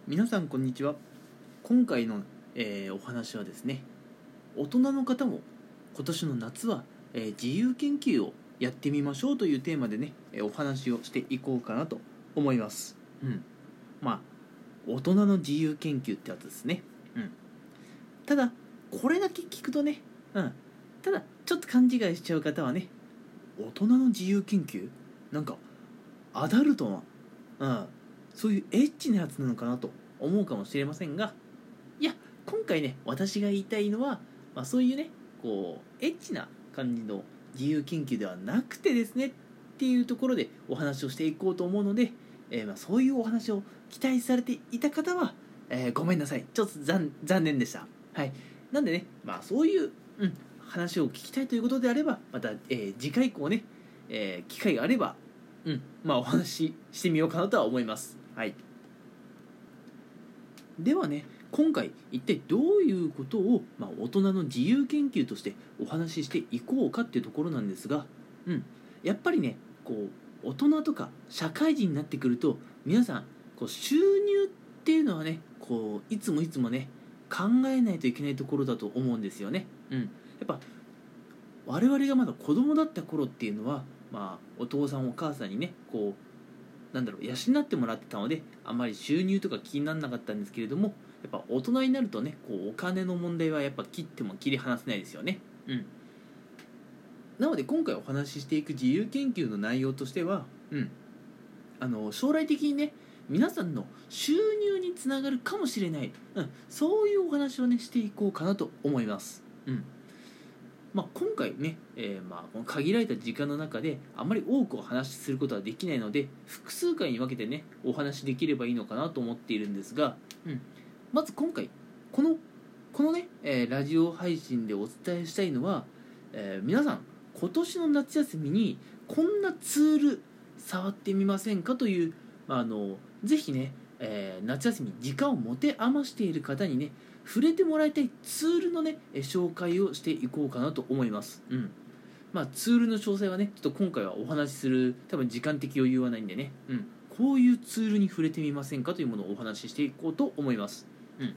皆さんこんにちは。今回の、お話はですね、大人の方も今年の夏は、自由研究をやってみましょうというテーマでね、お話をしていこうかなと思います。まあ大人の自由研究ってやつですね。ただこれだけ聞くとね、ただちょっと勘違いしちゃう方はね、大人の自由研究なんかアダルトな、そういうエッチなやつなのかなと思うかもしれませんが、いや今回ね私が言いたいのは、そういうねエッチな感じの自由研究ではなくてですねっていうところでお話をしていこうと思うので、そういうお話を期待されていた方は、ごめんなさい、ちょっと残念でした。なんでね、そういう、話を聞きたいということであればまた、次回以降ね、機会があればお話ししてみようかなとは思います。ではね、今回一体どういうことを、大人の自由研究としてお話ししていこうかっていうところなんですが、やっぱりね大人とか社会人になってくると皆さん収入っていうのはねいつもね考えないといけないところだと思うんですよね。やっぱ我々がまだ子供だった頃っていうのは、お父さんお母さんにね養ってもらってたのであまり収入とか気にならなかったんですけれども、やっぱ大人になるとねお金の問題はやっぱ切っても切り離せないですよね。なので今回お話ししていく自由研究の内容としては、将来的にね皆さんの収入につながるかもしれない、そういうお話をねしていこうかなと思います。今回ね、この限られた時間の中であまり多くお話しすることはできないので複数回に分けてねお話しできればいいのかなと思っているんですが、まず今回このね、ラジオ配信でお伝えしたいのは、皆さん今年の夏休みにこんなツール触ってみませんかという、ぜひね、夏休み時間を持て余している方にね触れてもらいたいツールのね紹介をしていこうかなと思います。ツールの詳細はねちょっと今回はお話しする多分時間的余裕はないんでね、こういうツールに触れてみませんかというものをお話ししていこうと思います。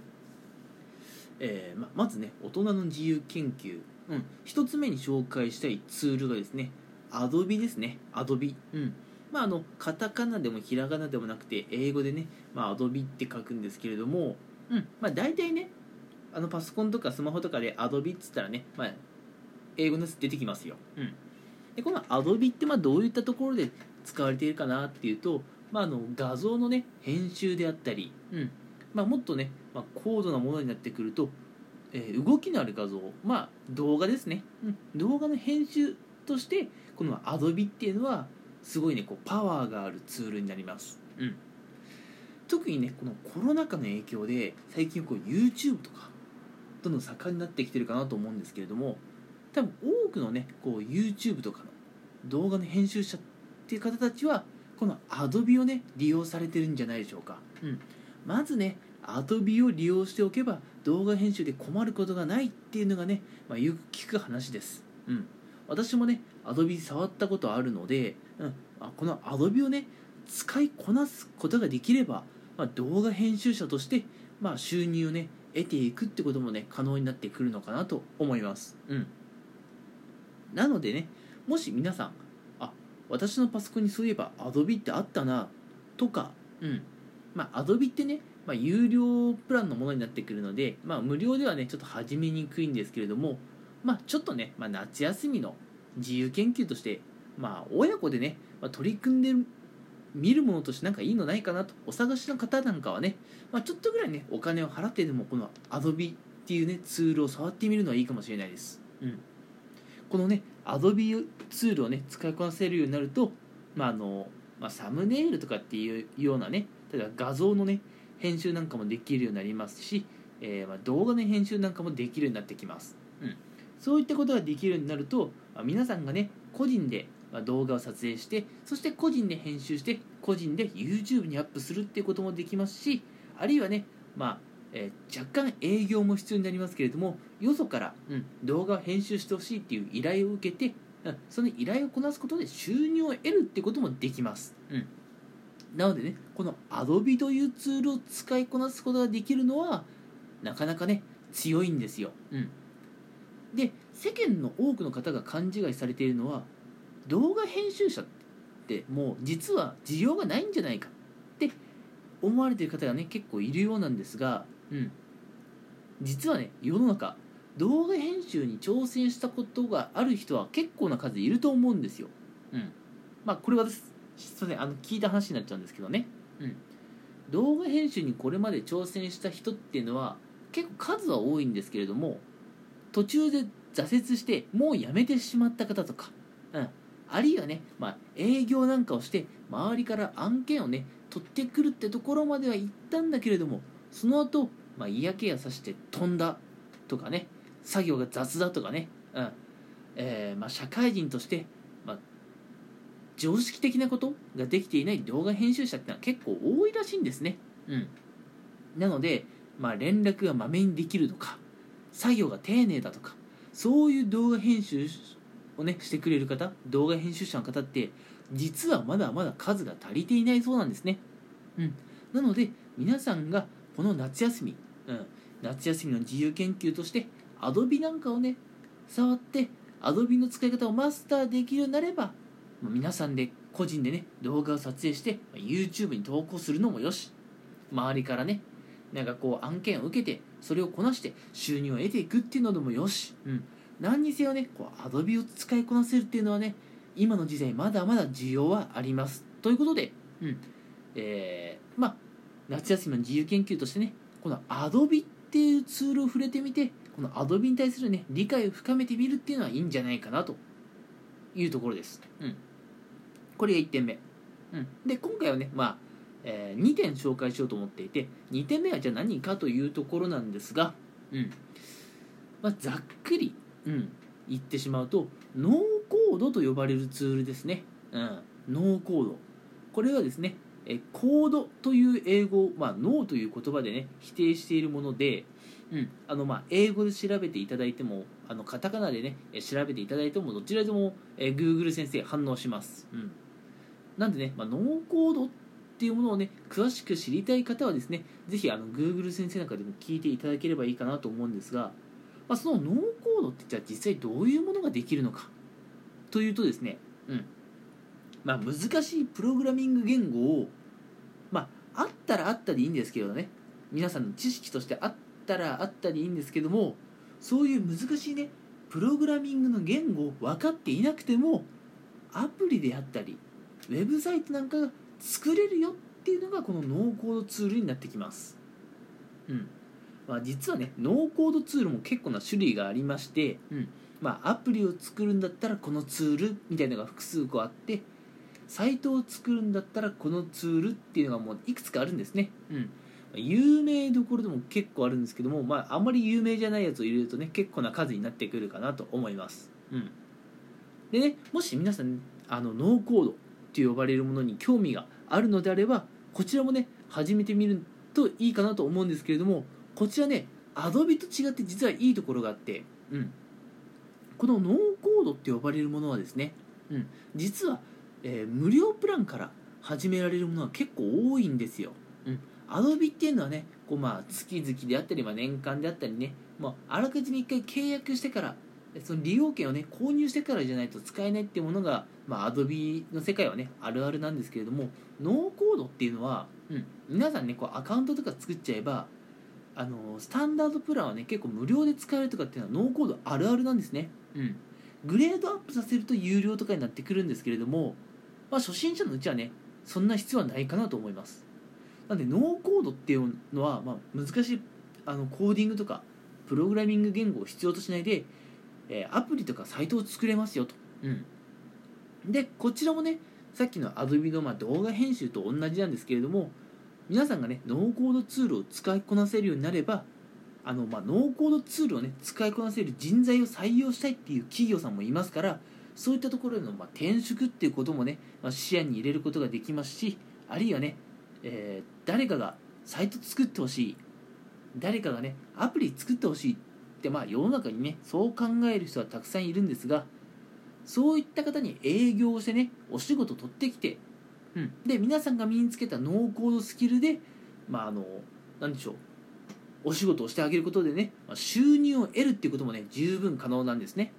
まずね大人の自由研究、一つ目に紹介したいツールがですね Adobe ですね。 Adobe、カタカナでもひらがなでもなくて英語でね、Adobe って書くんですけれども、大体ねパソコンとかスマホとかで Adobe っつったらね、英語のやつ出てきますよ。でこの Adobe ってどういったところで使われているかなっていうと、画像のね編集であったり、もっとね、高度なものになってくると、動きのある画像、動画ですね、動画の編集としてこの Adobe っていうのはすごいねパワーがあるツールになります。特にねこのコロナ禍の影響で最近YouTube とかどんどん盛んになってきてるかなと思うんですけれども、多分多くのねYouTube とかの動画の編集者っていう方たちはこの Adobe をね利用されてるんじゃないでしょうか。まずね Adobe を利用しておけば動画編集で困ることがないっていうのがね、よく聞く話です。私もね Adobe 触ったことあるので、この Adobe をね使いこなすことができれば、動画編集者として、収入をね得ていくってこともね可能になってくるのかなと思います。なのでね、もし皆さん私のパソコンにそういえば Adobe ってあったなとか、Adobe ってね、有料プランのものになってくるので、無料ではねちょっと始めにくいんですけれども、ちょっとね、夏休みの自由研究として、親子でね、取り組んで見るものとしていいのないかなとお探しの方なんかはね、ちょっとぐらいねお金を払ってでもこの Adobe っていうねツールを触ってみるのはいいかもしれないです。このね Adobe ツールをね使いこなせるようになると、サムネイルとかっていうようなね、例えば画像のね編集なんかもできるようになりますし、動画の編集なんかもできるようになってきます。そういったことができるようになると、皆さんがね個人で動画を撮影してそして個人で編集して個人で YouTube にアップするっていうこともできますし、あるいはね、若干営業も必要になりますけれども、よそから、動画を編集してほしいっていう依頼を受けて、その依頼をこなすことで収入を得るってこともできます。 なのでね、この Adobe というツールを使いこなすことができるのはなかなかね強いんですよ。で、世間の多くの方が勘違いされているのは、動画編集者ってもう実は需要がないんじゃないかって思われている方がね結構いるようなんですが、実はね、世の中動画編集に挑戦したことがある人は結構な数いると思うんですよ。これはすいません、聞いた話になっちゃうんですけどね。動画編集にこれまで挑戦した人っていうのは結構数は多いんですけれども、途中で挫折してもうやめてしまった方とか、あるいはね、営業なんかをして周りから案件をね取ってくるってところまでは行ったんだけれども、その後、嫌気がさして飛んだとかね、作業が雑だとかね、社会人として、常識的なことができていない動画編集者ってのは結構多いらしいんですね。なので、連絡がまめにできるとか、作業が丁寧だとか、そういう動画編集をねしてくれる方、動画編集者の方って実はまだまだ数が足りていないそうなんですね。なので皆さんがこの夏休み、夏休みの自由研究として Adobe なんかをね触って Adobe の使い方をマスターできるようになれば、皆さんで個人でね動画を撮影して YouTube に投稿するのもよし、周りからね案件を受けてそれをこなして収入を得ていくっていうのでもよし、何にせよねAdobe を使いこなせるっていうのはね、今の時代まだまだ需要はありますということで、夏休みの自由研究としてね、この Adobe っていうツールを触れてみて、この Adobe に対するね理解を深めてみるっていうのはいいんじゃないかなというところです。これが1点目。で、今回はね、2点紹介しようと思っていて、2点目はじゃあ何かというところなんですが、ざっくり、言ってしまうと、ノーコードと呼ばれるツールですね。ノーコード。これはですね、コードという英語を、ノーという言葉でね、否定しているもので、英語で調べていただいても、カタカナでね、調べていただいても、どちらでも、Google 先生反応します。なんでね、ノーコードっていうものをね、詳しく知りたい方はですね、ぜひGoogle 先生なんかでも聞いていただければいいかなと思うんですが、そのノーコードってじゃあ実際どういうものができるのかというとですね、難しいプログラミング言語を、あったらあったでいいんですけどね、皆さんの知識としてあったらあったでいいんですけども、そういう難しいねプログラミングの言語を分かっていなくてもアプリであったりウェブサイトなんかが作れるよっていうのがこのノーコードツールになってきます。実はねノーコードツールも結構な種類がありまして、アプリを作るんだったらこのツールみたいなのが複数個あって、サイトを作るんだったらこのツールっていうのがもういくつかあるんですね。有名どころでも結構あるんですけども、あんまり有名じゃないやつを入れるとね結構な数になってくるかなと思います。でね、もし皆さんノーコードと呼ばれるものに興味があるのであれば、こちらもね始めてみるといいかなと思うんですけれども、こちらね Adobe と違って実はいいところがあって、このノーコードって呼ばれるものはですね、実は、無料プランから始められるものは結構多いんですよ。Adobe っていうのはね月々であったり、年間であったりね、あらかじめ一回契約してから、その利用券をね購入してからじゃないと使えないっていうものが、Adobe の世界はねあるあるなんですけれども、ノーコードっていうのは、皆さんねアカウントとか作っちゃえばスタンダードプランはね結構無料で使えるとかっていうのはノーコードあるあるなんですね。グレードアップさせると有料とかになってくるんですけれども、初心者のうちはねそんな必要はないかなと思います。なんでノーコードっていうのは、難しいコーディングとかプログラミング言語を必要としないで、アプリとかサイトを作れますよと。でこちらもねさっきの Adobe の動画編集と同じなんですけれども、皆さんがねノーコードツールを使いこなせるようになれば、ノーコードツールをね使いこなせる人材を採用したいっていう企業さんもいますから、そういったところでの転職っていうこともね、視野に入れることができますし、あるいはね、誰かがサイト作ってほしい、誰かがねアプリ作ってほしいって世の中にねそう考える人はたくさんいるんですが、そういった方に営業をしてねお仕事取ってきて、 で皆さんが身につけたノーコードスキルで何でしょう、お仕事をしてあげることでね、収入を得るっていうこともね十分可能なんですね。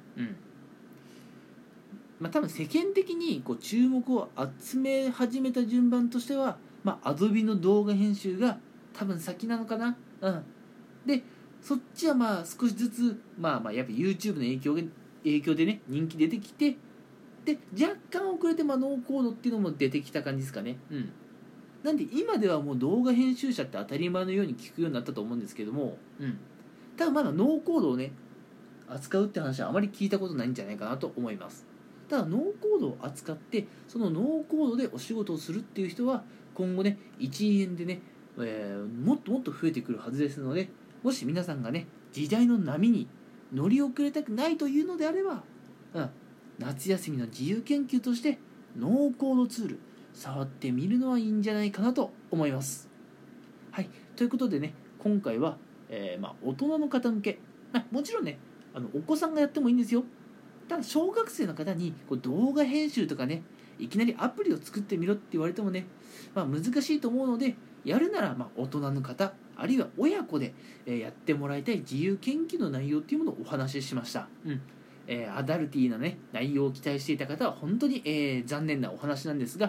多分世間的にこう注目を集め始めた順番としては、Adobe の動画編集が多分先なのかな。でそっちは少しずつやっぱ YouTube の影響でね人気出てきて、で若干遅れてノーコードっていうのも出てきた感じですかね。なんで今ではもう動画編集者って当たり前のように聞くようになったと思うんですけども、ただまだノーコードをね扱うって話はあまり聞いたことないんじゃないかなと思います。ただノーコードを扱ってそのノーコードでお仕事をするっていう人は今後ね1円でね、もっともっと増えてくるはずですので、もし皆さんがね時代の波に乗り遅れたくないというのであれば、夏休みの自由研究としてノーコードツール触ってみるのはいいんじゃないかなと思います。はい、ということでね今回は、大人の方向け、もちろんねお子さんがやってもいいんですよ。ただ小学生の方にこう動画編集とかねいきなりアプリを作ってみろって言われてもね、難しいと思うので、やるなら大人の方あるいは親子でやってもらいたい自由研究の内容っていうものをお話ししました。アダルティーなね内容を期待していた方は本当に、残念なお話なんですが、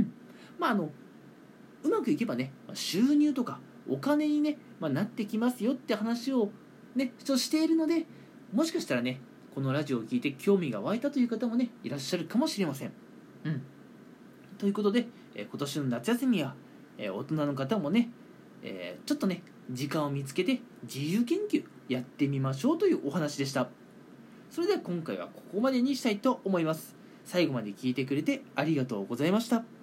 うまくいけばね収入とかお金にね、なってきますよって話をねしているので、もしかしたらねこのラジオを聞いて興味が湧いたという方もねいらっしゃるかもしれません。ということで、今年の夏休みは、大人の方もね、ちょっとね時間を見つけて自由研究やってみましょうというお話でした。それでは今回はここまでにしたいと思います。最後まで聞いてくれてありがとうございました。